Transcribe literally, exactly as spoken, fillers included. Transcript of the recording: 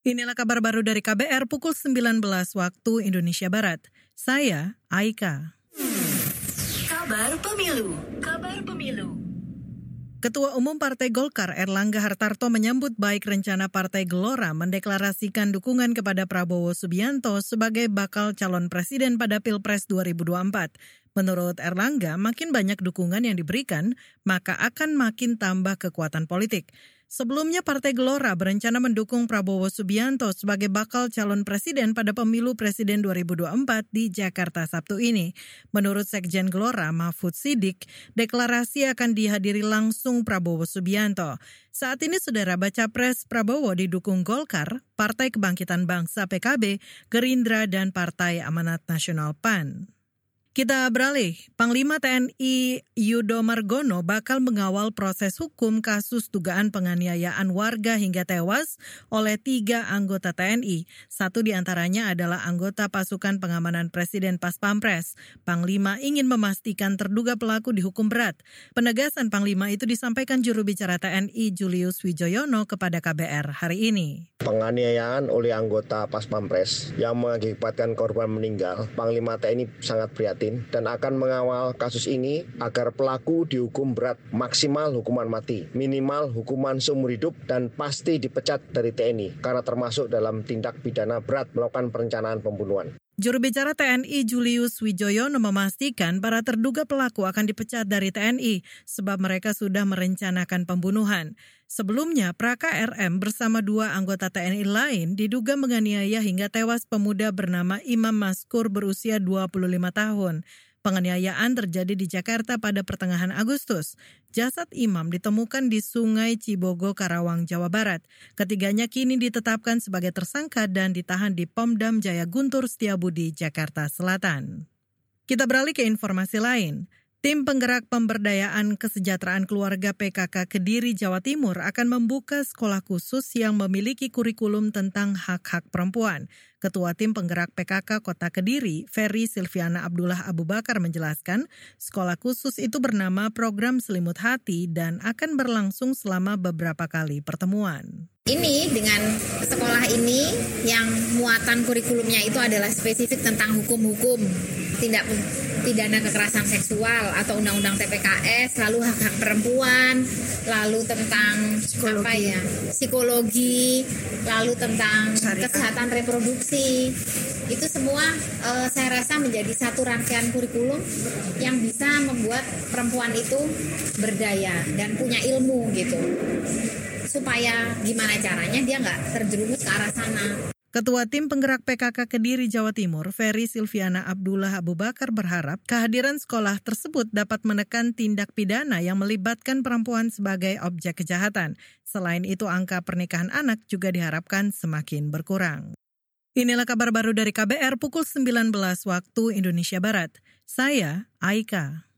Inilah kabar baru dari K B R pukul sembilan belas waktu Indonesia Barat. Saya Aika. Kabar Pemilu. Kabar Pemilu. Ketua Umum Partai Golkar Erlangga Hartarto menyambut baik rencana Partai Gelora mendeklarasikan dukungan kepada Prabowo Subianto sebagai bakal calon presiden pada Pilpres dua ribu dua puluh empat. Menurut Erlangga, makin banyak dukungan yang diberikan, maka akan makin tambah kekuatan politik. Sebelumnya Partai Gelora berencana mendukung Prabowo Subianto sebagai bakal calon presiden pada pemilu presiden dua ribu dua puluh empat di Jakarta Sabtu ini. Menurut Sekjen Gelora Mahfud Siddiq, deklarasi akan dihadiri langsung Prabowo Subianto. Saat ini Saudara Baca Pres Prabowo didukung Golkar, Partai Kebangkitan Bangsa P K B, Gerindra, dan Partai Amanat Nasional P A N. Kita beralih, Panglima T N I Yudo Margono bakal mengawal proses hukum kasus dugaan penganiayaan warga hingga tewas oleh tiga anggota T N I. Satu diantaranya adalah anggota pasukan pengamanan Presiden Pas Pampres. Panglima ingin memastikan terduga pelaku dihukum berat. Penegasan Panglima itu disampaikan juru bicara T N I Julius Wijoyono kepada K B R hari ini. Penganiayaan oleh anggota Pas Pampres yang mengakibatkan korban meninggal, Panglima T N I sangat prihatin dan akan mengawal kasus ini agar pelaku dihukum berat, maksimal hukuman mati, minimal hukuman seumur hidup, dan pasti dipecat dari T N I karena termasuk dalam tindak pidana berat melakukan perencanaan pembunuhan. Juru bicara T N I Julius Wijoyono memastikan para terduga pelaku akan dipecat dari T N I sebab mereka sudah merencanakan pembunuhan. Sebelumnya, Praka R M bersama dua anggota T N I lain diduga menganiaya hingga tewas pemuda bernama Imam Maskur berusia dua puluh lima tahun. Penganiayaan terjadi di Jakarta pada pertengahan Agustus. Jasad Imam ditemukan di Sungai Cibogo, Karawang, Jawa Barat. Ketiganya kini ditetapkan sebagai tersangka dan ditahan di Pomdam Jaya Guntur Setiabudi, Jakarta Selatan. Kita beralih ke informasi lain. Tim Penggerak Pemberdayaan Kesejahteraan Keluarga P K K Kediri, Jawa Timur akan membuka sekolah khusus yang memiliki kurikulum tentang hak-hak perempuan. Ketua Tim Penggerak P K K Kota Kediri, Ferry Silviana Abdullah Abu Bakar menjelaskan, sekolah khusus itu bernama Program Selimut Hati dan akan berlangsung selama beberapa kali pertemuan. Ini dengan sekolah ini yang muatan kurikulumnya itu adalah spesifik tentang hukum-hukum tindak pidana kekerasan seksual atau undang-undang T P K S, lalu hak-hak perempuan, lalu tentang psikologi. apa ya psikologi, lalu tentang Syarikat. Kesehatan reproduksi. Itu semua uh, saya rasa menjadi satu rangkaian kurikulum yang bisa membuat perempuan itu berdaya dan punya ilmu gitu. Supaya gimana caranya dia nggak terjerumus ke arah sana. Ketua Tim Penggerak P K K Kediri, Jawa Timur, Ferry Silviana Abdullah Abu Bakar berharap kehadiran sekolah tersebut dapat menekan tindak pidana yang melibatkan perempuan sebagai objek kejahatan. Selain itu, angka pernikahan anak juga diharapkan semakin berkurang. Inilah kabar baru dari K B R pukul sembilan belas waktu Indonesia Barat. Saya Aika.